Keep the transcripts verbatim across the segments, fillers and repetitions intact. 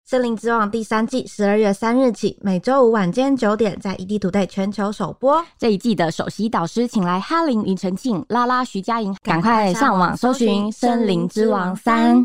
森林之王第三季十二月三日起，每周五晚间九点在 E D Today 全球首播。 这一季的首席导师请来哈林、庾澄庆、拉拉、徐佳莹，赶快上网搜寻《森林之王三》。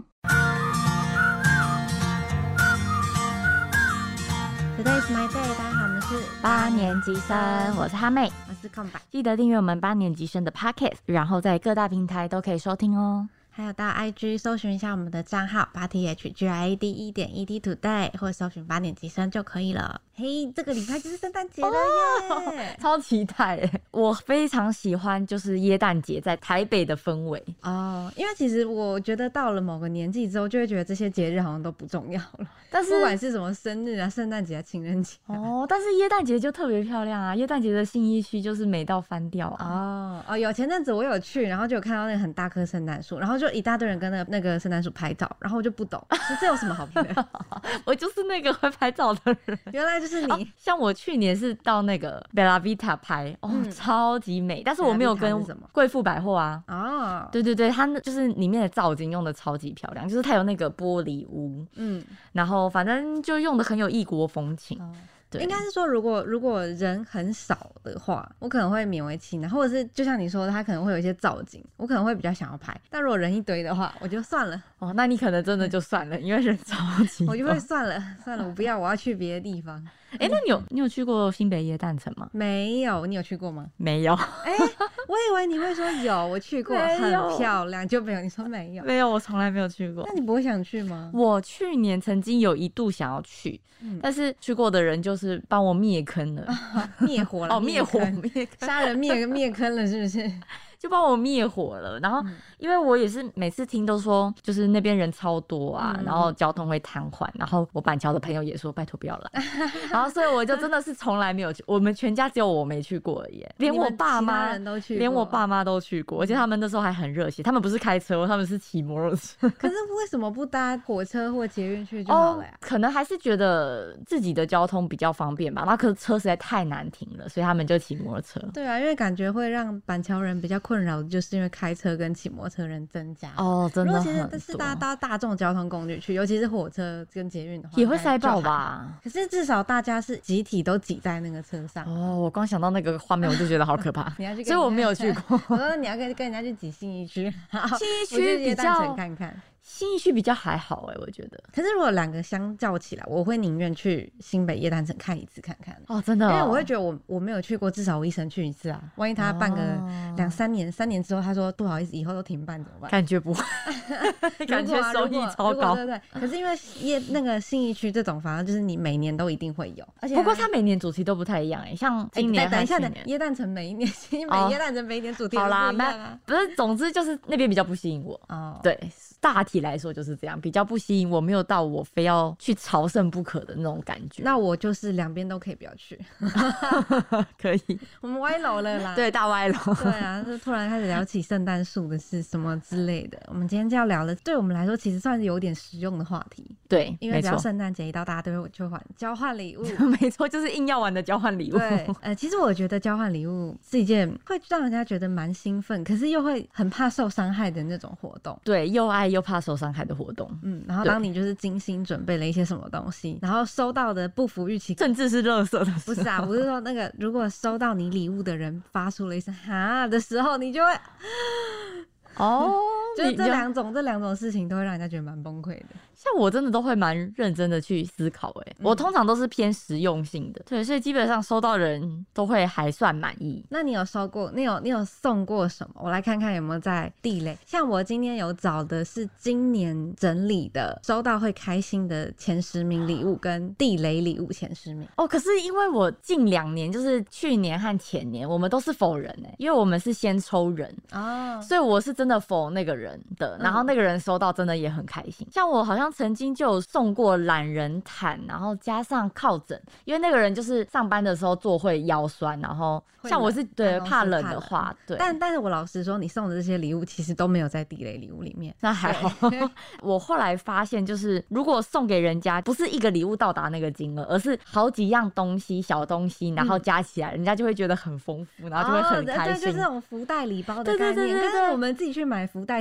Today is my day， 大家好，我们是八年级生，我是哈妹， 我是空白。 记得订阅我们八年级生的 Podcast， 然后在各大平台都可以收听哦。 还有到 I G 搜寻一下我们的账号八 T H G I A D 一点 E D Today， 或者搜寻八年级生就可以了。嘿，这个礼拜就是圣诞节了耶、 哦、超期待耶！我非常喜欢就是耶诞节在台北的氛围哦，因为其实我觉得到了某个年纪之后，就会觉得这些节日好像都不重要了。但是不管是什么生日啊、圣诞节啊、情人节、啊、 哦，但是耶诞节就特别漂亮啊！耶诞节的信义区就是美到翻掉啊！ 哦哦，有前阵子我有去，然后就有看到那个很大棵圣诞树，然后就一大堆人跟那个那个圣诞树拍照，然后我就不懂，这有什么好拍的？ 我就是那个会拍照的人， 原来就是你。哦、 像我去年是到那个 Bella Vita 拍，哦、嗯，超级美，但是我没有跟贵妇百货啊。哦，对对对，它就是里面的造景用的超级漂亮，就是它有那个玻璃屋，嗯，然后反正就用的很有异国风情。哦， 应该是说如果如果人很少的话，我可能会勉为其难，或者是就像你说的，他可能会有一些造景，我可能会比较想要拍。但如果人一堆的话，我就算了。 哦，那你可能真的就算了，因为人超级多。 我就会算了算了，我不要，我要去别的地方。 哎、欸，那你有你有去过新北耶诞城吗？ 没有，你有去过吗？ 没有。 哎、欸，我以为你会说有，我去过，很漂亮，就没有。你说没有？ 没有，我从来没有去过。 那你不会想去吗？ 我去年曾经有一度想要去，嗯、但是去过的人就是帮我灭坑了， 灭、啊、火了。 哦，灭火，灭杀人灭灭坑了，是不是？ 就帮我灭火了，然后因为我也是每次听都说就是那边人超多啊、嗯、然后交通会瘫痪，然后我板桥的朋友也说拜托不要来然后所以我就真的是从来没有去，我们全家只有我没去过而已，连我爸妈连我爸妈都去过，而且他们那时候还很热血，他们不是开车，他们是骑摩托车可是为什么不搭火车或捷运去就好了呀、 哦、可能还是觉得自己的交通比较方便吧，那可是车实在太难停了，所以他们就骑摩托车。 对啊，因为感觉会让板桥人比较困扰的就是因为开车跟骑摩托车人增加哦，真的很多。 如果其实是搭搭大众交通工具去，尤其是火车跟捷运的话， 也会塞爆吧？ 可是至少大家是集体都挤在那个车上。 哦，我光想到那个画面我就觉得好可怕。 你要去跟人家， 所以我没有去过。 我说你要跟跟人家去挤信义区， 信义区比较看看。 信义区比较还好哎、欸，我觉得。 可是如果两个相较起来，我会宁愿去新北耶诞城看一次看看。 哦，真的、哦， 因为我会觉得我我没有去过，至少我一生去一次啊。万一他办个两三年，三、哦、年之后他说不好意思，以后都停办怎么办？ 感觉不会，感觉收益超高。 对对对。可是因为耶那个信义区这种，反正就是你每年都一定会有。而且不过他每年主题都不太一样哎、欸，像今年、 欸、等一下的耶诞城每一年，新北耶诞城每一年主题都不一样、啊哦、好啦， 不是，总之就是那边比较不吸引我。哦，对。大体来说就是这样，比较不吸引我，没有到我非要去朝圣不可的那种感觉。 那我就是两边都可以不要去可以， 我们歪楼了啦。 对，大歪楼。 对啊，就突然开始聊起圣诞树的事什么之类的。我们今天就要聊的，对我们来说其实算是有点实用的话题。 对， 因为只要圣诞节一到，大家都会就换交换礼物。 没错，就是硬要玩的交换礼物。 对，呃，其实我觉得交换礼物是一件会让人家觉得蛮兴奋，可是又会很怕受伤害的那种活动。 对，又爱又怕受伤害的活动。 嗯，然后当你就是精心准备了一些什么东西，然后收到的不符预期， 甚至是垃圾的时候。 不是啊，不是说那个如果收到你礼物的人发出了一声哈的时候，你就会哦，就是这两种这两种事情都会让人家觉得蛮崩溃的。 像我真的都会蛮认真的去思考哎、欸嗯，我通常都是偏实用性的，对，所以基本上收到的人都会还算满意。 那你有收过，你有你有送过什么？我来看看有没有在地雷。像我今天有找的是今年整理的收到会开心的前十名礼物跟地雷礼物前十名。 哦，可是因为我近两年就是去年和前年我们都是否人哎、欸，因为我们是先抽人哦，所以我是真的否那个人的，然后那个人收到真的也很开心。嗯、像我好像曾经就有送过懒人毯，然后加上靠枕，因为那个人就是上班的时候坐会腰酸，然后像我是对怕冷的话，对。 但但是我老实说，你送的这些礼物其实都没有在地雷礼物里面， 那还好。我后来发现，就是如果送给人家不是一个礼物到达那个金额，而是好几样东西、小东西，然后加起来，嗯、人家就会觉得很丰富，然后就会很开心。 哦、对，就是那种福袋礼包的概念，对对对对对，跟我们自己去买福袋其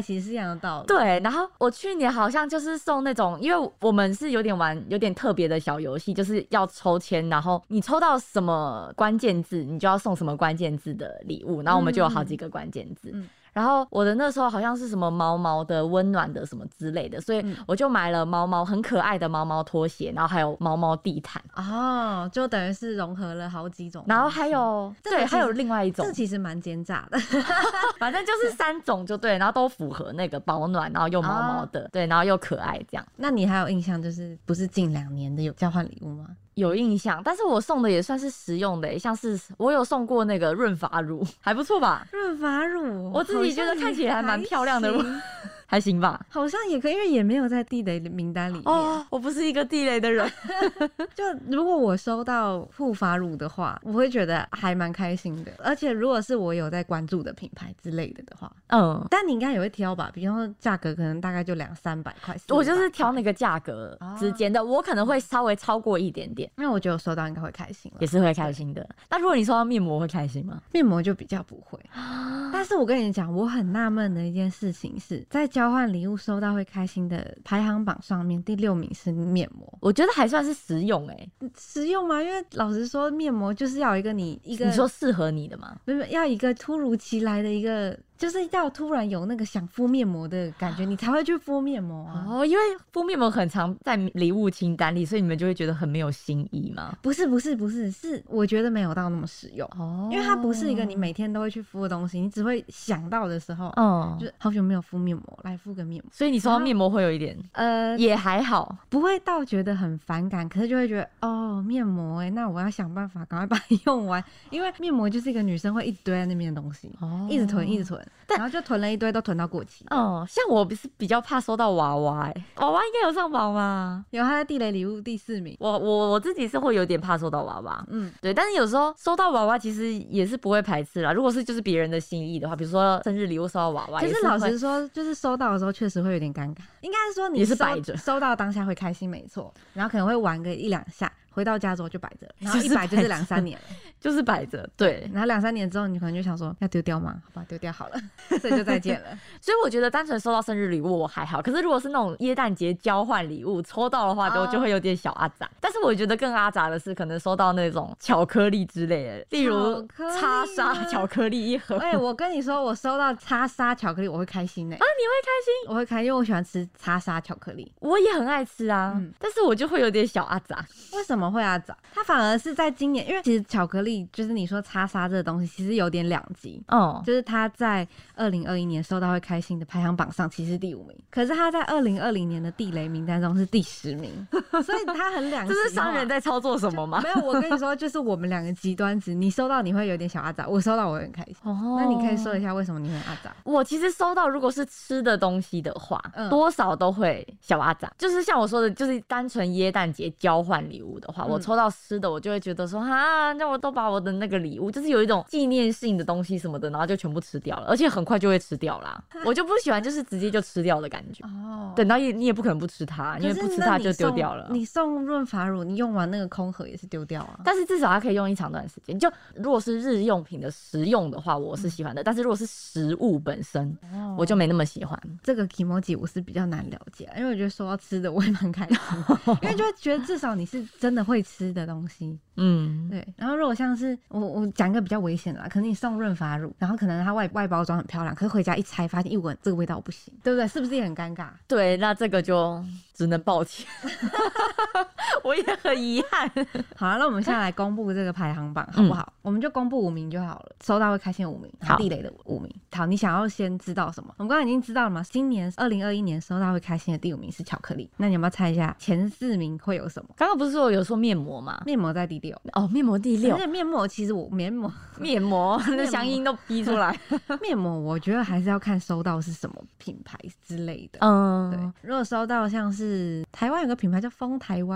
其实是一样的道理。 对，然后我去年好像就是送那种，因为我们是有点玩有点特别的小游戏，就是要抽签，然后你抽到什么关键字，你就要送什么关键字的礼物，然后我们就有好几个关键字。嗯嗯，然后我的那时候好像是什么毛毛的、温暖的什么之类的，所以我就买了毛毛很可爱的毛毛拖鞋，然后还有毛毛地毯。 哦，就等于是融合了好几种。 然后还有对，还有另外一种， 这其实蛮奸诈的。 反正就是三种就对，然后都符合那个保暖，然后又毛毛的，哦、对，然后又可爱这样。 那你还有印象就是不是近两年的有交换礼物吗？ 有印象，但是我送的也算是实用的、欸，像是我有送过那个润发乳，还不错吧？ 润发乳， 我自己觉得看起来还蛮漂亮的。还行吧， 好像也可以，因为也没有在地雷名单里面。 哦，我不是一个地雷的人。 就如果我收到护发乳的话，我会觉得还蛮开心的。而且如果是我有在关注的品牌之类的的话，嗯，但你应该也会挑吧？比方说价格可能大概就两三百块， 我就是挑那个价格之间的、哦，我可能会稍微超过一点点。 那我觉得我收到应该会开心了， 也是会开心的。那如果你收到面膜会开心吗？ 面膜就比较不会。但是我跟你讲，我很纳闷的一件事情是在交换礼物收到会开心的排行榜上面，第六名是面膜。 我觉得还算是实用哎、 欸，实用吗？因为老实说，面膜就是要一个你一个你说适合你的吗？ 不是，要一个突如其来的一个。就是要突然有那个想敷面膜的感觉，你才会去敷面膜啊。 哦，因为敷面膜很常在礼物清单里，所以你们就会觉得很没有新意吗？ 不是，不是，不是，是我觉得没有到那么实用哦，因为它不是一个你每天都会去敷的东西，你只会想到的时候，嗯，就是好久没有敷面膜，来敷个面膜。 所以你说到面膜会有一点，呃，也还好， 不会到觉得很反感，可是就会觉得哦，面膜哎、欸，那我要想办法赶快把它用完，因为面膜就是一个女生会一堆在那边的东西，哦，一直囤，一直囤。然后就囤了一堆，都囤到过期。 哦，像我是比较怕收到娃娃、欸，娃娃应该有上榜吗？ 有，他在地雷礼物第四名。 我我我自己是会有点怕收到娃娃，嗯，对。但是有时候收到娃娃其实也是不会排斥啦。如果是就是别人的心意的话，比如说生日礼物收到娃娃， 可是老实说，就是收到的时候确实会有点尴尬。应该是说你也是摆着， 收到当下会开心没错，然后可能会玩个一两下。回到家之后就摆着，然后一摆就是两三年了， 就是摆着，对。 然后两三年之后，你可能就想说要丢掉吗？好吧，丢掉好了，所以就再见了。 所以我觉得单纯收到生日礼物我还好，可是如果是那种耶诞节交换礼物抽到的话，就、oh. 就会有点小阿杂。但是我觉得更阿杂的是，可能收到那种巧克力之类的，例如叉沙巧克力一盒。 哎、欸，我跟你说，我收到叉沙巧克力，我会开心呢、欸。 啊，你会开心？ 我会开心，因为我喜欢吃叉沙巧克力， 我也很爱吃啊。嗯、但是我就会有点小阿杂。 为什么会阿杂？它反而是在今年，因为其实巧克力就是你说叉沙这个东西，其实有点两极。哦，就是它在二零二一年收到会开心的排行榜上，其实第五名，可是它在二零二零年的地雷名单中是第十名，所以它很两极。 这是商人在操作什么吗？ 没有，我跟你说，就是我们两个极端值，你收到你会有点小阿杂，我收到我会很开心。哦，那你可以说一下为什么你会阿杂？ 我其实收到如果是吃的东西的话，嗯、多少都会小阿杂。就是像我说的，就是单纯耶诞节交换礼物的话，嗯、我抽到吃的，我就会觉得说，哈，那我都把我的那个礼物，就是有一种纪念性的东西什么的，然后就全部吃掉了，而且很快就会吃掉啦。我就不喜欢就是直接就吃掉的感觉。哦，等到你你也不可能不吃它，因为不吃它就丢掉了。 你送润发乳，你用完那个空盒也是丢掉啊。 但是至少它可以用一长段时间。就如果是日用品的食用的话，我是喜欢的。嗯、但是如果是食物本身，哦、我就没那么喜欢。 这个 kimoji 我是比较难了解，因为我觉得收到吃的我也蛮开心，因为就会觉得至少你是真的会吃的东西。嗯，对。然后如果像是我我讲一个比较危险的啦，可能你送润发乳，然后可能它外外包装很漂亮，可是回家一拆发现一闻这个味道不行，对不对？是不是也很尴尬？ 对，那这个就只能抱歉，我也很遗憾。 好了，那我们现在来公布这个排行榜好不好？嗯、我们就公布五名就好了，收到会开心的五名，地雷的五名。好，你想要先知道什么？我们刚刚已经知道了嘛？今年二零二一年收到会开心的第五名是巧克力，那你有没有猜一下前四名会有什么？ 刚刚不是说有说面膜吗？ 面膜在第六。 哦，面膜第六。 而且面膜其实我面膜面膜那乡音都逼出来。 面膜我觉得还是要看收到是什么品牌之类的。嗯，对。如果收到像是台湾有个品牌叫风台湾嘛，还是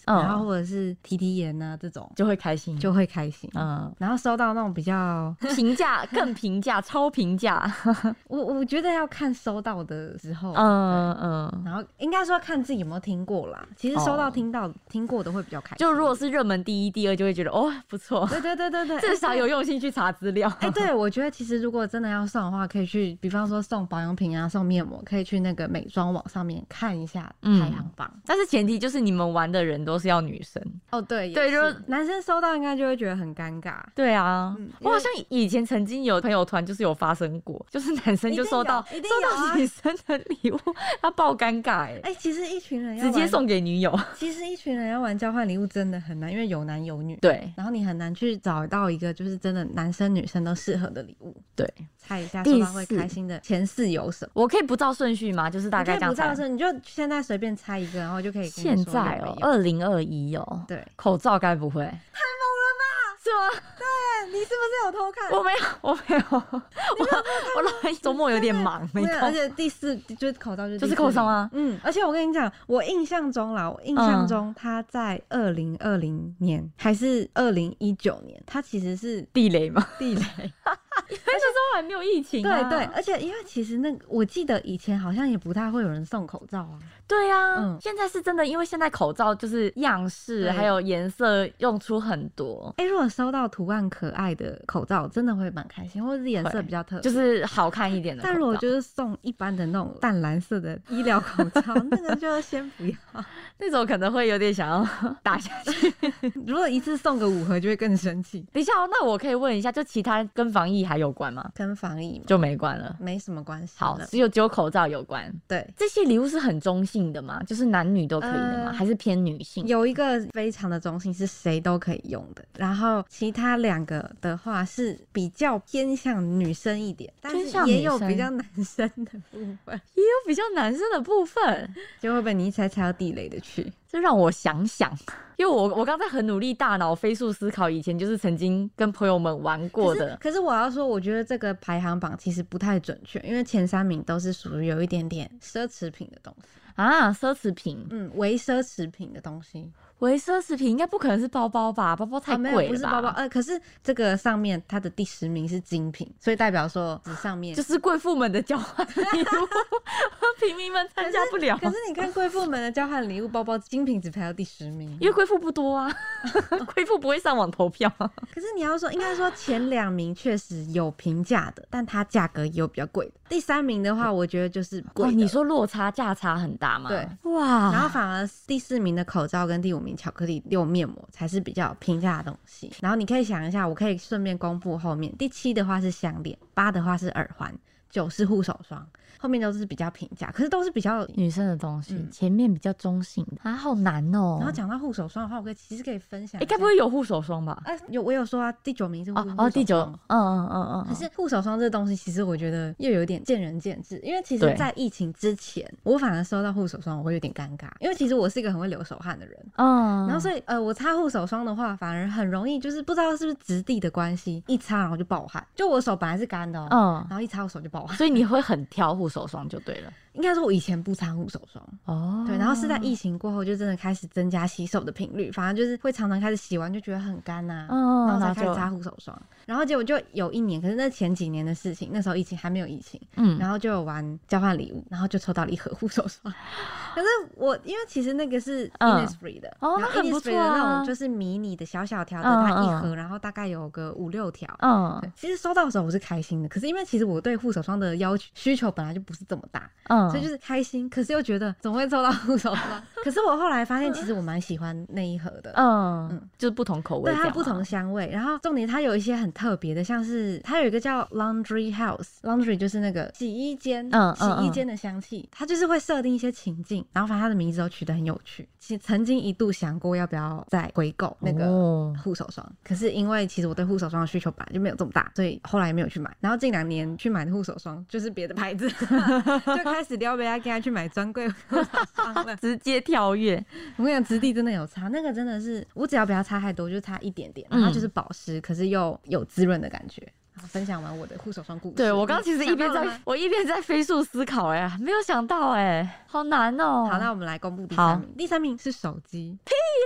嗯、然后或者是提提颜啊这种， 就会开心， 就会开心。嗯，然后收到那种比较平价、更平价、超平价， 我我觉得要看收到的时候，嗯嗯，然后应该说看自己有没有听过啦。其实收到听到、哦、听过的会比较开心。 就如果是热门第一、第二，就会觉得哦不错。 对对对对对， 至少有用心去查资料。 哎、欸，对，我觉得其实如果真的要送的话，可以去，比方说送保养品啊、送面膜，可以去那个美妆网上面看一下排行榜。嗯、 但是前提就是你们玩的人都是要女生。 哦，对对，就是男生收到应该就会觉得很尴尬。 对啊，嗯、我好像以前曾经有朋友团就是有发生过，就是男生就收到、啊、收到女生的礼物，他爆尴尬哎、欸。 哎、欸，其实一群人要直接送给女友。 其实一群人要玩交换礼物真的很难，因为有男有女。 对， 然后你很难去找到一个就是真的男生女生都适合的礼物。 对， 猜一下收到会开心的前四有什么？ 我可以不照顺序吗？就是大概这样猜。 不照顺序，你就现在随便猜一个，然后就可以跟你说有没有。 现在哦，二零二一哦， 对， 口罩该不会太猛了吧？ 是吗？ 对，你是不是有偷看？ 我没有，我没有，我我周末有点忙，没空。 而且第四就是口罩， 就是口罩吗？ 嗯，而且我跟你讲，我印象中啦，我印象中他在二零二零年还是二零一九年，他其实是地雷吗？ 地雷。 因为那时候还没有疫情、啊， 对对，而且因为其实那个我记得以前好像也不太会有人送口罩啊。 对啊，嗯，现在是真的，因为现在口罩就是样式还有颜色用出很多。 哎、欸，如果收到图案可爱的口罩，真的会蛮开心，或者是颜色比较特别， 就是好看一点的口罩。 但如果就是送一般的那种淡蓝色的医疗口罩，那个就先不要， 那种可能会有点想要打下去。 如果一次送个五盒，就会更生气。 等一下，那我可以问一下，就其他跟防疫还有关吗？ 跟防疫就没关了， 没什么关系。 好，只有只有口罩有关。 对， 这些礼物是很中性的吗？就是男女都可以的吗？呃、还是偏女性？ 有一个非常的中性，是谁都可以用的。然后其他两个的话是比较偏向女生一点，但是也有比较男生的部分， 也有比较男生的部分， 就会被你一猜猜到地雷的去。 这让我想想，因为我我刚才很努力大脑飞速思考，以前就是曾经跟朋友们玩过的。 可是, 可是我要说，我觉得这个排行榜其实不太准确，因为前三名都是属于有一点点奢侈品的东西啊，奢侈品， 嗯，微奢侈品的东西。 微奢侈品应该不可能是包包吧？包包太贵了吧、啊、 没有，不是包包。呃，可是这个上面它的第十名是精品，所以代表说纸上面就是贵妇们的交换礼物，平民们参加不了。 可是, 可是你看贵妇们的交换礼物，包包精品只排到第十名， 因为贵妇不多啊，贵妇不会上网投票。 可是你要说，应该说前两名确实有平价的，但它价格也有比较贵的。第三名的话，我觉得就是贵的。 哦，你说落差价差很大吗？ 对， 哇。 然后反而第四名的口罩跟第五名巧克力六面膜才是比较平价的东西。然后你可以想一下，我可以顺便公布后面第七的话是项链，八的话是耳环，九是护手霜，后面都是比较平价，可是都是比较女生的东西、嗯、前面比较中性的啊，好难哦。 然后讲到护手霜的话，我可以其实可以分享， 哎，该不会有护手霜吧？ 哎、欸，有，我有说啊，第九名是护手霜。 哦，第九，嗯嗯嗯嗯。 可是护手霜这个东西，其实我觉得又有点见仁见智，因为其实在疫情之前，我反而收到护手霜，我会有点尴尬，因为其实我是一个很会流手汗的人，嗯，然后所以呃，我擦护手霜的话，反而很容易就是不知道是不是质地的关系，一擦然后就爆汗，就我手本来是干的、哦，嗯，然后一擦我手就爆汗， 所以你会很挑护手霜就对了。 应该说，我以前不擦护手霜哦，对，然后是在疫情过后，就真的开始增加洗手的频率，反正就是会常常开始洗完就觉得很干呐、啊，嗯，然后才开始擦护手霜，然后结果就有一年，可是那前几年的事情，那时候疫情还没有疫情，嗯，然后就有玩交换礼物，然后就抽到了一盒护手霜，可是我因为其实那个是 Innisfree 的， 嗯、 然后 Innisfree 的那种就是迷你的小小条的，它一盒，然后大概有个五六条，嗯，对，其实收到的时候我是开心的，可是因为其实我对护手霜的要求需求本来就不是这么大，嗯。所以就是开心，可是又觉得怎么会抽到护手霜？可是我后来发现，其实我蛮喜欢那一盒的，嗯嗯，就是不同口味， 对，它不同香味。然后重点它有一些很特别的，像是它有一个叫 Laundry House，Laundry 就是那个洗衣间，嗯，洗衣间的香气，它就是会设定一些情境，然后反正它的名字都取得很有趣。其实曾经一度想过要不要再回购那个护手霜，哦、可是因为其实我对护手霜的需求本来就没有这么大，所以后来没有去买。然后近两年去买的护手霜就是别的牌子。就开始撩别人，给他去买专柜护手霜了， 直接跳跃。 我跟你讲，质地真的有差，那个真的是我只要不要擦太多，就擦一点点，然后就是保湿，嗯、可是又有滋润的感觉。分享完我的护手霜故事， 对我刚刚其实一边在，我一边在飞速思考、欸，哎，没有想到、欸，哎，好难哦、喔。 好，那我们来公布第三名，第三名是手机。 屁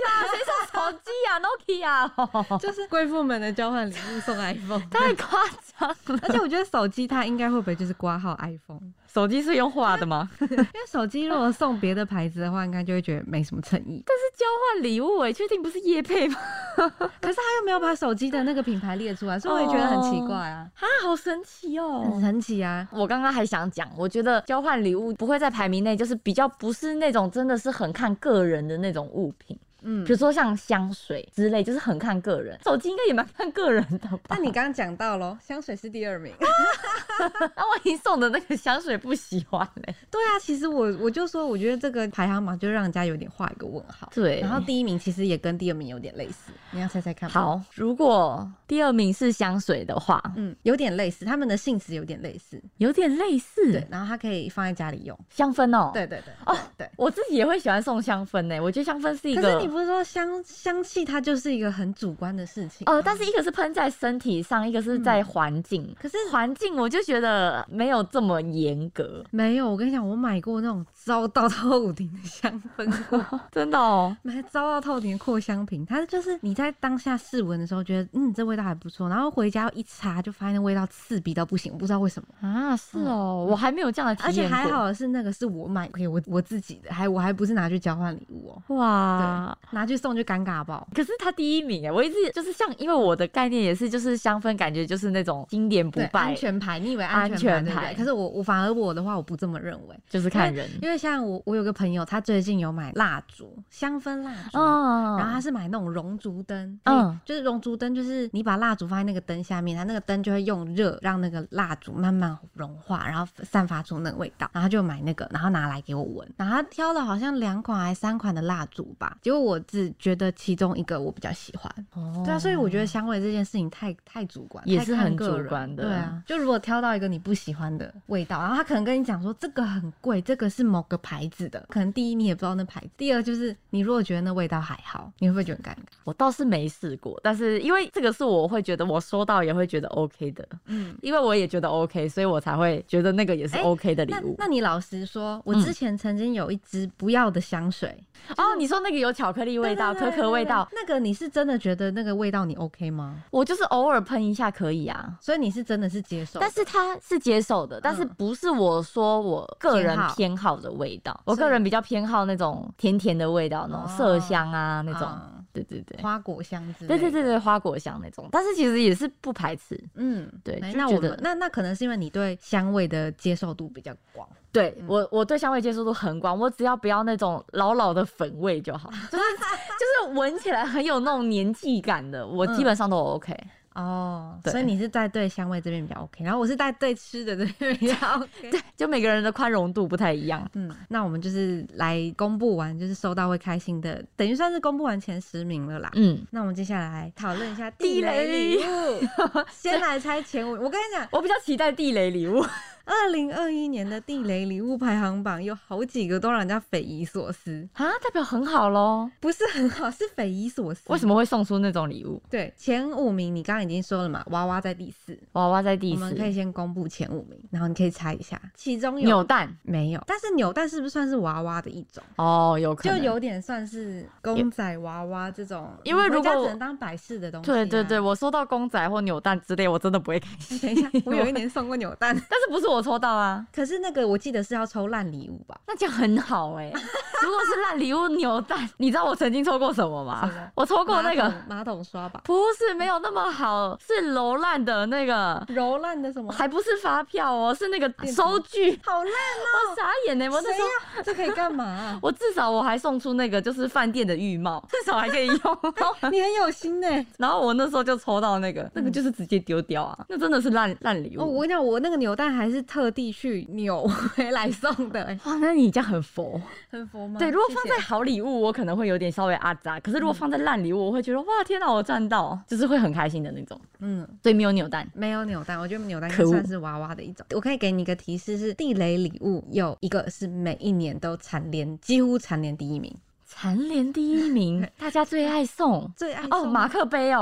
啦，谁送手机啊 ？Nokia 哦， 就是贵妇们的交换礼物送 iPhone， 太夸张了。 而且我觉得手机它应该会不会就是挂号 iPhone？ 手机是用画的吗？ 因为手机如果送别的牌子的话，应该就会觉得没什么诚意。 但是交换礼物，哎，确定不是业配吗？ 可是他又没有把手机的那个品牌列出来，所以我也觉得很奇怪啊！ 啊，好神奇哦， 很神奇啊！ 我刚刚还想讲，我觉得交换礼物不会在排名内，就是比较不是那种真的是很看个人的那种物品。嗯，比如说像香水之类，就是很看个人。手机应该也蛮看个人的吧？ 那你刚刚讲到咯，香水是第二名。 那万一送的那个香水不喜欢嘞？ 对啊，其实我我就说，我觉得这个排行榜就让人家有点画一个问号。 对， 然后第一名其实也跟第二名有点类似，你要猜猜看吗？ 好，如果第二名是香水的话， 嗯，有点类似，他们的性质有点类似， 有点类似。 对，然后它可以放在家里用。 香氛哦， 对对对， 哦对， 我自己也会喜欢送香氛呢。我觉得香氛是一个， 可是你不是说香香气它就是一个很主观的事情？ 呃，但是一个是喷在身体上，一个是在环境。嗯、 可是环境我就觉得没有这么严格。 没有，我跟你讲，我买过那种糟到透顶的香氛过， 真的哦， 买糟到透顶的扩香瓶，它就是你在当下试闻的时候觉得嗯这味道还不错，然后回家一擦就发现那味道刺鼻到不行，不知道为什么啊。是哦、嗯，我还没有这样的体验过。 而且还好的是那个是我买给我我自己的，还我还不是拿去交换礼物哦。 哇， 拿去送就尴尬爆。 可是他第一名哎，我一直就是像，因为我的概念也是就是香氛，感觉就是那种经典不败安全牌，你以为安全牌？对对，可是我我反而我的话我不这么认为， 就是看人。 因为, 因为像我我有个朋友，他最近有买蜡烛，香氛蜡烛，嗯，然后他是买那种熔烛灯，嗯，就是熔烛灯，就是你把蜡烛放在那个灯下面，它那个灯就会用热让那个蜡烛慢慢融化，然后散发出那个味道，然后他就买那个，然后拿来给我闻，然后他挑了好像两款还三款的蜡烛吧，结果我只觉得其中一个我比较喜欢。哦，对啊，所以我觉得香味这件事情太太主观， 也是很主观的。 对啊，就如果挑到一个你不喜欢的味道，然后他可能跟你讲说这个很贵，这个是某个牌子的，可能第一你也不知道那牌子，第二就是你如果觉得那味道还好，你会不会觉得很尴尬？ 我倒是没试过，但是因为这个是我会觉得我收到也会觉得 OK 的，嗯，因为我也觉得 OK， 所以我才会觉得那个也是 OK 的礼物。 欸、那, 那你老实说，我之前曾经有一支不要的香水， 嗯就是、哦，你说那个有巧克力味道、可可味道， 那个你是真的觉得那个味道你 OK 吗？ 我就是偶尔喷一下可以啊， 所以你是真的是接受的， 但是它是接受的，但是不是我说我个人偏好的味道，嗯、我个人比较偏好那种甜甜的味道，那种麝香啊、哦、那种。嗯对对对， 花果香之类的， 对对对对，花果香那种，但是其实也是不排斥，嗯，对， 那我们那那可能是因为你对香味的接受度比较广， 对、嗯、我我对香味接受度很广，我只要不要那种老老的粉味就好，就是就是闻起来很有那种年纪感的，我基本上都 OK。嗯哦，所以你是在对香味这边比较 OK， 然后我是在对吃的这边比较 OK， 对，就每个人的宽容度不太一样。 嗯，那我们就是来公布完，就是收到会开心的，等于算是公布完前十名了啦。嗯，那我们接下来讨论一下地雷礼物，先来猜前五。我跟你讲， 我比较期待地雷礼物。 二零二一年的地雷礼物排行榜有好几个都让人家匪夷所思啊，代表很好咯？ 不是很好，是匪夷所思。 为什么会送出那种礼物？ 对，前五名你刚刚已经说了嘛，娃娃在第四， 娃娃在第四， 我们可以先公布前五名，然后你可以猜一下，其中有扭蛋没有？但是扭蛋是不是算是娃娃的一种？ 哦，有可能， 就有点算是公仔娃娃这种， 因为如果只能当摆饰的东西、啊。 对对对，我收到公仔或扭蛋之类，我真的不会开心。 等一下，我有一年送过扭蛋， 但是不是我抽到啊？ 可是那个我记得是要抽烂礼物吧？ 那这样很好哎、欸。如果是烂礼物扭蛋，你知道我曾经抽过什么吗？我抽过那个马桶, 马桶刷吧？ 不是，没有那么好，是揉烂的那个， 揉烂的什么？ 还不是发票哦，是那个收据， 好烂哦！ 我傻眼呢、欸，我那时候这可以干嘛、啊？ 我至少我还送出那个就是饭店的浴帽，至少还可以用。 你很有心呢、欸。 然后我那时候就抽到那个，那个就是直接丢掉啊，那真的是烂烂礼物。 哦，我跟你讲，我那个扭蛋还是特地去扭回来送的、欸。 哇，那你这样很佛， 很佛吗？ 对，如果放在好礼物，我可能会有点稍微阿杂，可是如果放在烂礼物，我会觉得哇，天哪，我赚到，就是会很开心的那种。嗯，所以没有扭蛋， 没有扭蛋，我觉得扭蛋也算是娃娃的一种。我可以给你一个提示，是地雷礼物有一个是每一年都蝉联，几乎蝉联第一名。 蝉联第一名，大家最爱送， 最爱送哦，马克杯哦。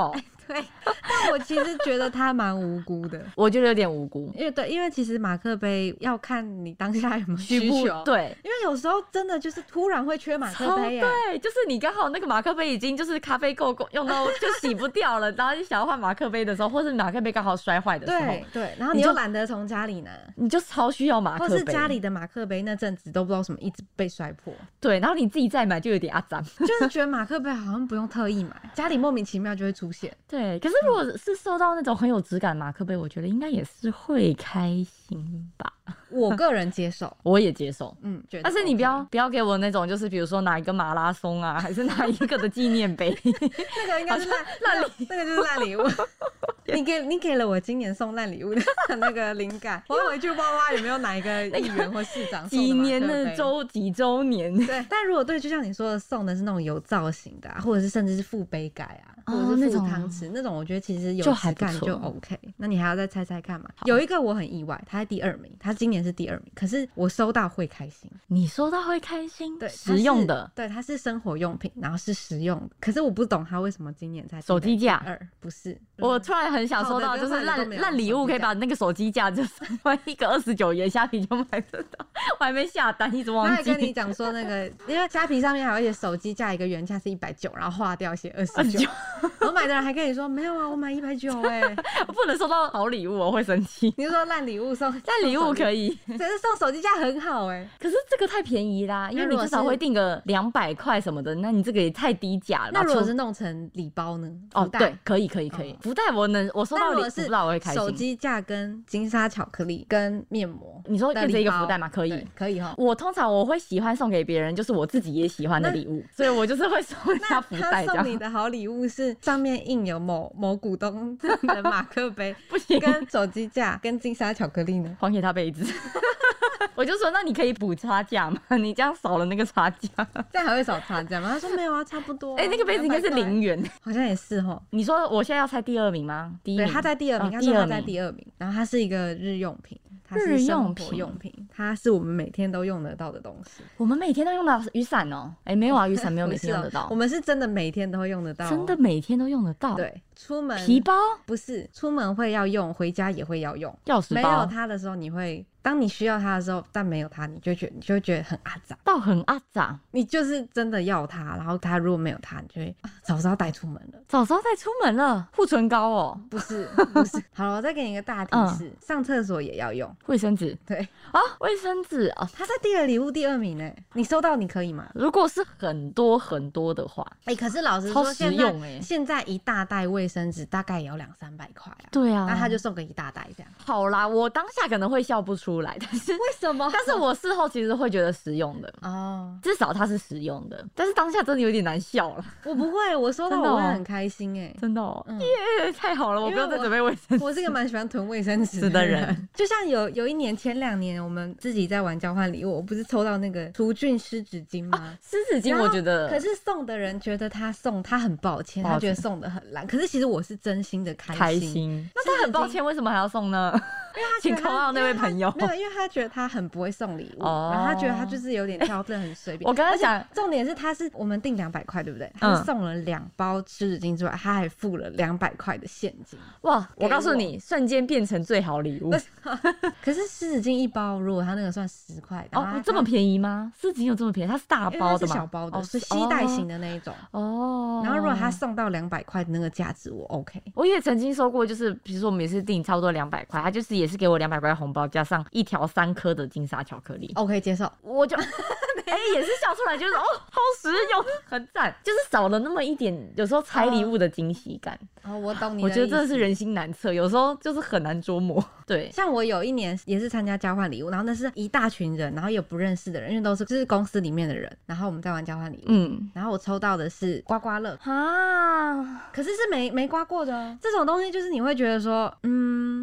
对，但我其实觉得他蛮无辜的， 我觉得有点无辜， 因为对，因为其实马克杯要看你当下有没有需求， 对， 因为有时候真的就是突然会缺马克杯耶， 对，就是你刚好那个马克杯已经就是咖啡垢用到就洗不掉了，然后你想要换马克杯的时候，或是马克杯刚好摔坏的时候， 对对，然后你又懒得从家里拿， 你就超需要马克杯， 或是家里的马克杯那阵子都不知道什么一直被摔破， 对，然后你自己再买就有点阿脏， 就是觉得马克杯好像不用特意买，家里莫名其妙就会出现。 对，可是如果是收到那种很有质感的马克杯，我觉得应该也是会开心吧。 我个人接受， 我也接受， 嗯，觉得 OK。 但是你不要不要给我那种，就是比如说哪一个马拉松啊，还是哪一个的纪念碑， 那个应该是烂烂礼，那个就是烂礼物。你给你给了我今年送烂礼物的那个灵感，我回去挖挖有没有哪一个议员或市长几年的周几周年。 对，但如果对，就像你说的，送的是那种有造型的、啊，或者是甚至是附杯盖啊，或者是附汤匙、哦、那种，我觉得其实有质感就 OK。那你还要再猜猜看嘛？有一个我很意外，他在第二名，他今年是第二名，可是我收到会开心。 你收到会开心？ 对， 实用的， 对，它是生活用品，然后是实用的。可是我不懂他为什么今年才手机架二，不是。 我突然很想收到，就是烂烂礼物，可以把那个手机架就是一个二十九元，虾皮就买得到。我还没下单，一直忘记。 他还跟你讲说那个，因为虾皮上面还有一些手机架，一个原价是一百九，然后划掉写二十九。我买的人还跟你说没有啊，我买一百九哎， 我不能收到好礼物，我会生气。 你是说烂礼物送？ 烂礼物可以， 可是送手机架很好哎、欸。 可是这个太便宜啦，因为你至少会定个两百块什么的，那你这个也太低价了吧。 那如果是弄成礼包呢？ 哦，对，可以可以可以，福袋我能我收到礼福袋我会开心。 手机架跟金沙巧克力跟面膜， 你说变成一个福袋吗？可以可以哈。 我通常我会喜欢送给别人，就是我自己也喜欢的礼物，所以我就是会送人家福袋。 他送你的好礼物是上面印有某某股东的马克杯， 不行， 跟手机架跟金沙巧克力呢？ 还给他杯子。我就说，那你可以补差价吗？你这样少了那个差价， 这样还会少差价吗？他说没有啊，差不多、啊。 哎、欸，那个杯子应该是零元， 好像也是齁。你说我现在要猜第二名吗？第一名， 对，他在第二名，他说他在第二名，然后它是一个日用品。它是生活用品，它是我们每天都用得到的东西。 我们每天都用到雨伞哦？哎、欸，没有啊，雨伞没有每天用得到。 我们是真的每天都会用得到、哦， 真的每天都用得到。 对，出门皮包不是出门会要用，回家也会要用。 钥匙包没有它的时候，你会当你需要它的时候，但没有它，你就觉得你就会觉得很阿杂， 到很阿杂。 你就是真的要它，然后它如果没有它，你就会、啊、早知道带出门了。 早知道带出门了，护唇膏哦？ 不是不是。好了，我再给你一个大提示，嗯、上厕所也要用卫生纸。 对。 啊，卫生纸啊， 他在第二礼物第二名呢。你收到你可以吗？ 如果是很多很多的话， 哎、欸，可是老实说， 超实用哎、欸， 现在一大袋卫生纸大概也要两三百块啊。 对啊， 那他就送个一大袋这样。 好啦，我当下可能会笑不出来，但是为什么？ 但是我事后其实会觉得实用的哦， 至少它是实用的。但是当下真的有点难笑了。 我不会，我收到我会很开心哎、欸， 真的哦，耶、嗯 yeah, 太好了，我不用再准备卫生纸。 我是一个蛮喜欢囤卫生纸的人，就像有有一年前两年我们自己在玩交换礼物，我不是抽到那个除菌湿纸巾吗？ 湿纸巾我觉得， 可是送的人觉得他送他很抱歉，他觉得送的很烂。可是其实我是真心的开心。 开心。那他很抱歉，为什么还要送呢？ 因为他请扣到那位朋友。 没有，因为他觉得他很不会送礼物，哦、然后他觉得他就是有点挑剔，很随便。 我刚刚讲， 重点是他是我们定两百块，对不对？他是送了两包湿纸巾之外，他还付了两百块的现金。 哇！我告诉你，瞬间变成最好礼物。 可是湿纸巾一包，如果他那个算十块， 哦，这么便宜吗？湿纸巾有这么便宜？它是大包的吗？ 是小包的，哦、是携带型的那一种。哦。然后如果他送到两百块的那个价值，我 OK。 我也曾经收过，就是比如说我们也是订差不多两百块，他就是也是给我两百块红包，加上一条三颗的金沙巧克力 ，OK 接受。 我就哎、欸、也是笑出来，就是哦好实用，很赞，就是少了那么一点有时候拆礼物的惊喜感。 哦，我懂你的意思。 我觉得真的是人心难测，有时候就是很难捉摸。对， 像我有一年也是参加交换礼物，然后那是一大群人，然后有不认识的人，因为都是就是公司里面的人，然后我们在玩交换礼物。嗯，然后我抽到的是刮刮乐啊，可是是没没刮过的哦。这种东西就是你会觉得说，嗯。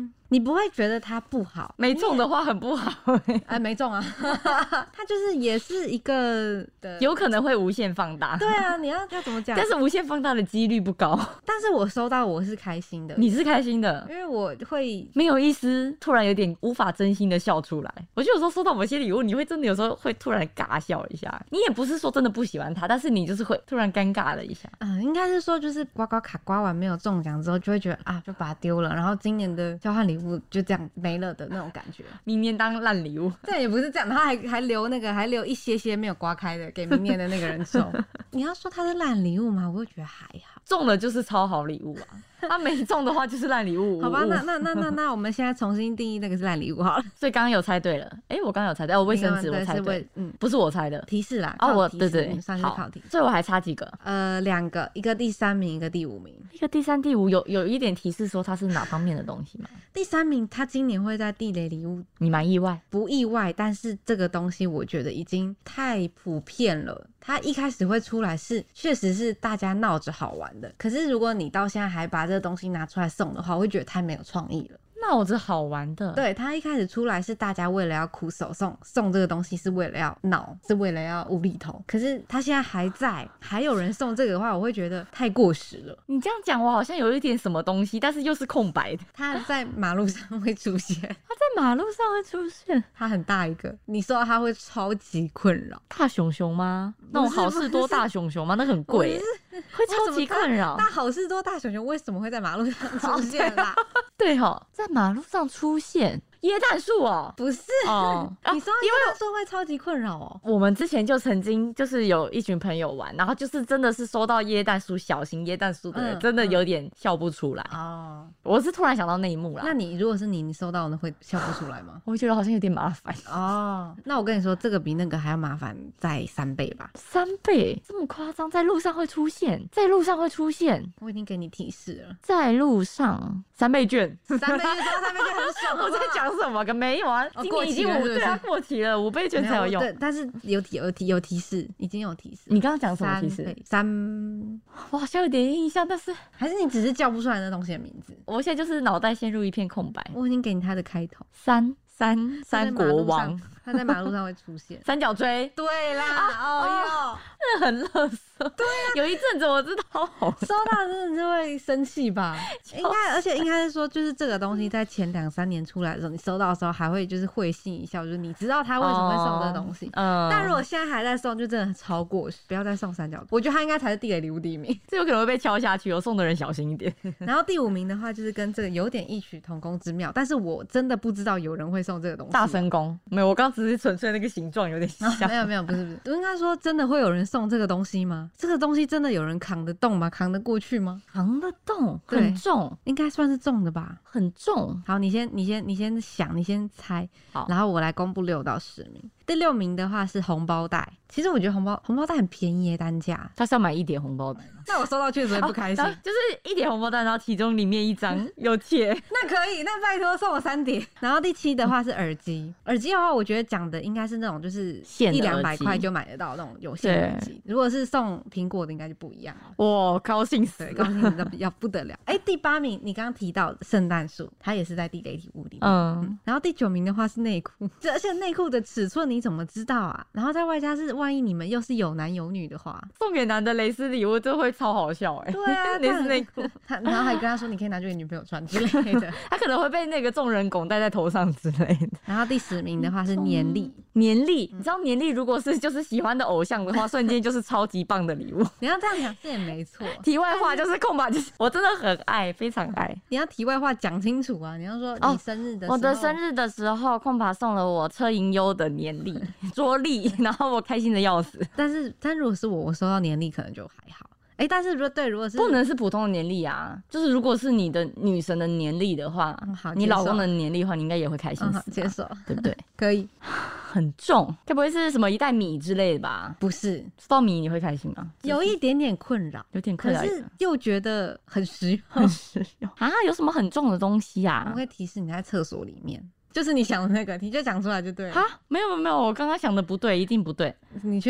嗯，你不会觉得它不好？ 没中的话很不好、欸， 哎，没中啊，它就是也是一个的， 有可能会无限放大。 对啊，你要要怎么讲？ 但是无限放大的几率不高。 但是我收到我是开心的， 你是开心的， 因为我会没有一丝突然有点无法真心的笑出来。我觉得有时候收到某些礼物，你会真的有时候会突然尬笑一下。你也不是说真的不喜欢它，但是你就是会突然尴尬了一下。 嗯，应该是说就是刮刮卡刮完没有中奖之后，就会觉得啊，就把它丢了，然后今年的交换礼物就这样没了的那种感觉。 明年当烂礼物， 这也不是这样，他还还留那个还留一些些没有刮开的给明年的那个人抽。你要说它是烂礼物吗？我会觉得还好。 中了就是超好礼物啊，他没中的话就是烂礼物。 好吧，那那那那那我们现在重新定义那个是烂礼物好了。 所以刚刚有猜对了，哎、欸，我刚刚有猜对，哦，卫生纸我猜对，嗯，不是我猜的， 提示啦。 哦，我对对对， 算是考题。 所以我还差几个？ 呃，两个，一个第三名，一个第五名。 一个第三、第五，有有一点提示说它是哪方面的东西吗？ 第三名，他今年会在地雷礼物， 你蛮意外？ 不意外，但是这个东西我觉得已经太普遍了。它一开始会出来是确实是大家闹着好玩的，可是如果你到现在还把这个东西拿出来送的话，我会觉得太没有创意了。 闹着好玩的， 对，它一开始出来是大家为了要苦手送送这个东西，是为了要闹，是为了要无厘头。可是它现在还在，还有人送这个的话，我会觉得太过时了。 你这样讲，我好像有一点什么东西，但是又是空白的。 它在马路上会出现， 它在马路上会出现， 它很大一个，你收到它会超级困扰。 大熊熊吗？那种好事多大熊熊吗？那很贵，会超级困扰。 那好事多大熊熊为什么会在马路上出现啦？ 对齁，在马路上出现椰蛋树哦， 不是哦，你说椰蛋树会超级困扰哦。 我们之前就曾经就是有一群朋友玩，然后就是真的是收到椰蛋树小型椰蛋树的人、嗯，真的有点笑不出来哦。我是突然想到那一幕啦。 那你如果是你，你收到的会笑不出来吗？ 我觉得好像有点麻烦哦。那我跟你说，这个比那个还要麻烦再三倍吧？ 三倍？这么夸张？在路上会出现，在路上会出现。 我已经给你提示了， 在路上三倍券， 三倍券，三倍券很爽。 我在讲什么？没有啊， 哦、 今年已经五对啊过期了，五倍券才有用。 对，但是有提有提有提示，已经有提示。 你刚刚讲什么提示？ 三， 我好像有点印象，但是还是你只是叫不出来那东西的名字。 我现在就是脑袋陷入一片空白。 我已经给你它的开头， 三三三国王， 它在马路上会出现。 三角锥， 对啦，哦哟， 那很垃圾。对啊，有一阵子我知道， 收到真的是会生气吧？应该，而且应该是说，就是这个东西在前两三年出来的时候，你收到的时候还会就是会心一笑，就是你知道他为什么会送这个东西。嗯、哦，但如果现在还在送，就真的超过时，不要再送三角。我觉得他应该才是地雷礼物第一名， 这有可能会被敲下去哦，送的人小心一点。 然后第五名的话，就是跟这个有点异曲同工之妙，但是我真的不知道有人会送这个东西。 大声公没有，我刚只是纯粹那个形状有点像、 哦。没有没有，不是不是，我应该说真的会有人送这个东西吗？这个东西真的有人扛得动吗？扛得过去吗？ 扛得动，很重， 应该算是重的吧， 很重。 好，你先你先你先想，你先猜， 好， 然后我来公布六到十名。第六名的话是红包袋，其实我觉得红包红包袋很便宜耶，单价。 他是要买一叠红包袋吗？ 那我收到确实会不开心、 哦，就是一叠红包袋，然后其中里面一张有贴， 那可以，那拜托送我三叠。然后第七的话是耳机，耳机的话我觉得讲的应该是那种就是一两百块就买得到那种有线耳机，如果是送苹果的应该就不一样了。 哇，高兴死， 对，高兴的要不得了。哎、欸，第八名你刚刚提到的圣诞树，它也是在地雷礼物里面。嗯，嗯然后第九名的话是内裤，而且内裤的尺寸你怎么知道啊？然后在外加是万一你们又是有男有女的话， 送给男的蕾丝礼物就会超好笑哎、欸。 对啊， 蕾丝内裤， 然后还跟他说你可以拿去给女朋友穿之类的， 他可能会被那个众人拱戴在头上之类的。 然后第十名的话是年历， 年历，你知道年历如果是就是喜欢的偶像的话，瞬间就是超级棒的礼物。 你要这样讲，这也没错。 题外话就是空白，就是我真的很爱，非常爱。 你要题外话讲清楚啊！你要说你生日的时候、哦， 我的生日的时候，空白送了我车银优的年历、桌历，然后我开心的要死。 但是，但如果是我，我收到年历可能就还好。哎、欸，但是如果对，如果是不能是普通的年历啊，就是如果是你的女神的年历的话， 嗯、好， 你老公的年历的话，你应该也会开心死、 嗯，接受， 对不对？ 可以。 很重，该不会是什么一袋米之类的吧？ 不是， 收到米你会开心吗？ 有一点点困扰， 有点困扰， 可是又觉得很实用， 很实用啊！有什么很重的东西啊？ 我会提示你在厕所里面。就是你想的那个，你就讲出来就对了。 哈，没有没有，我刚刚想的不对，一定不对。 你确定？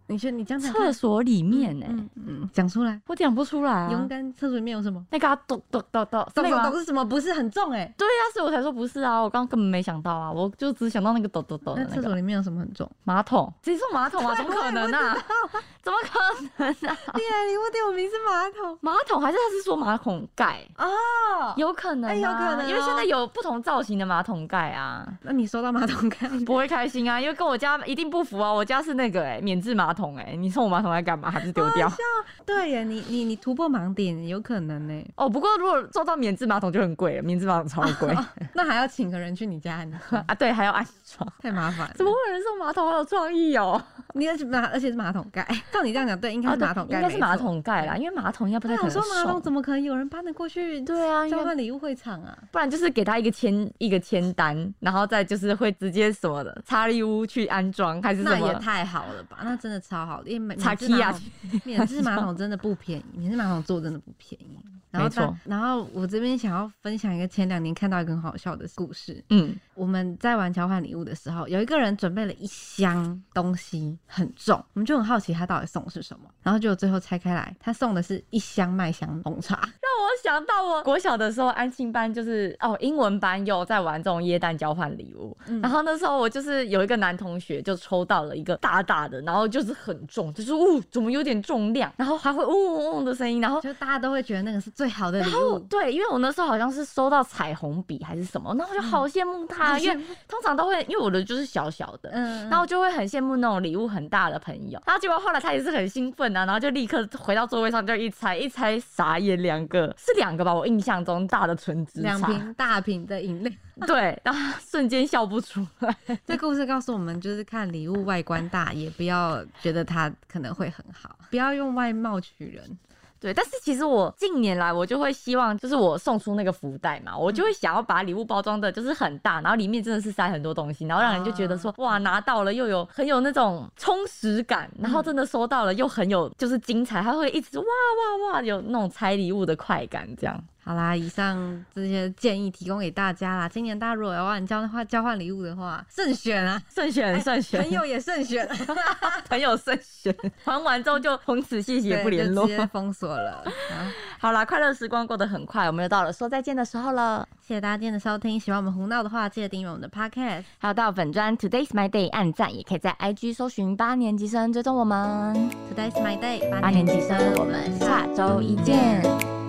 你说你讲讲厕所里面哎、欸， 嗯嗯，讲、嗯、出来， 我讲不出来啊。 勇敢厕所里面有什么？ 那个咚咚咚咚， 咚咚咚是什么？不是很重哎、欸。 对啊，所以我才说不是啊，我刚刚根本没想到啊，我就只想到那个咚咚咚的那个。 那厕所里面有什么很重？ 马桶？谁说马桶啊？怎么可能啊？怎么可能啊？ 地雷礼物店有名是马桶， 马桶还是他是说马桶盖哦？有可能、啊，哎、欸， 有可能、哦， 因为现在有不同造型的马桶盖啊。 那你收到马桶盖不会开心啊？因为跟我家一定不符啊，我家是那个哎、欸、免治马桶哎、欸，你送我马桶来干嘛？还是丢掉？ 对耶，你你你突破盲点，有可能呢。 哦，不过如果收到免治马桶就很贵了，免治马桶超贵、 哦，那还要请个人去你家安装啊？对，还要安装， 太麻烦了。 怎么会有人送马桶？好有创意哦！ 你而且马，而且是马桶盖。照你这样讲，对，应该是马桶盖、 啊，应该是马桶盖啦，因为马桶应该不太可能送。 我说马桶怎么可能有人搬得过去？ 对啊， 交换礼物会场啊， 不然就是给他一个签一个签单，然后再就是会直接什么的查理屋去安装，还是什么？ 那也太好了吧？那真的超好的，因为查基亚免治马桶真的不便宜，免治马桶做真的不便宜。然后，然后我这边想要分享一个前两年看到一个很好笑的故事。嗯，我们在玩交换礼物的时候，有一个人准备了一箱东西，很重，我们就很好奇他到底送的是什么。然后结果最后拆开来，他送的是一箱麦香红茶，让我想到我国小的时候安亲班就是哦英文班有在玩这种耶诞交换礼物、嗯，然后那时候我就是有一个男同学就抽到了一个大大的，然后就是很重，就是呜怎么有点重量，然后还会嗡嗡嗡的声音，然后就大家都会觉得那个是最好的礼物。 对，因为我那时候好像是收到彩虹笔还是什么，然后我就好羡慕他、嗯，因为通常都会，因为我的就是小小的，嗯，然后我就会很羡慕那种礼物很大的朋友。然后结果后来他也是很兴奋啊，然后就立刻回到座位上就一拆一拆，傻眼，两个是两个吧，我印象中大的纯植茶， 两瓶大瓶的饮料。 对，然后瞬间笑不出来。 这故事告诉我们，就是看礼物外观大，也不要觉得它可能会很好，不要用外貌取人。 对，但是其实我近年来我就会希望，就是我送出那个福袋嘛，我就会想要把礼物包装的就是很大，然后里面真的是塞很多东西，然后让人就觉得说、啊、哇拿到了又有很有那种充实感，然后真的收到了又很有就是精彩，它会一直哇哇哇有那种拆礼物的快感这样。 好啦，以上这些建议提供给大家啦。今年大家如果要玩交换交换礼物的话，慎选啊， 慎选慎选， 朋友也慎选， 朋友慎选，还完之后就从此谢谢不联络， 直接封锁了。 好啦，快乐时光过得很快，我们又到了说再见的时候了。 谢谢大家今天的收听，喜欢我们胡闹的话，记得订阅我们的 podcast， 还有到粉专 Today's My Day 按赞，也可以在 I G 搜寻八年级生追踪我们。 Today's My Day 八年级生，我们下周一见。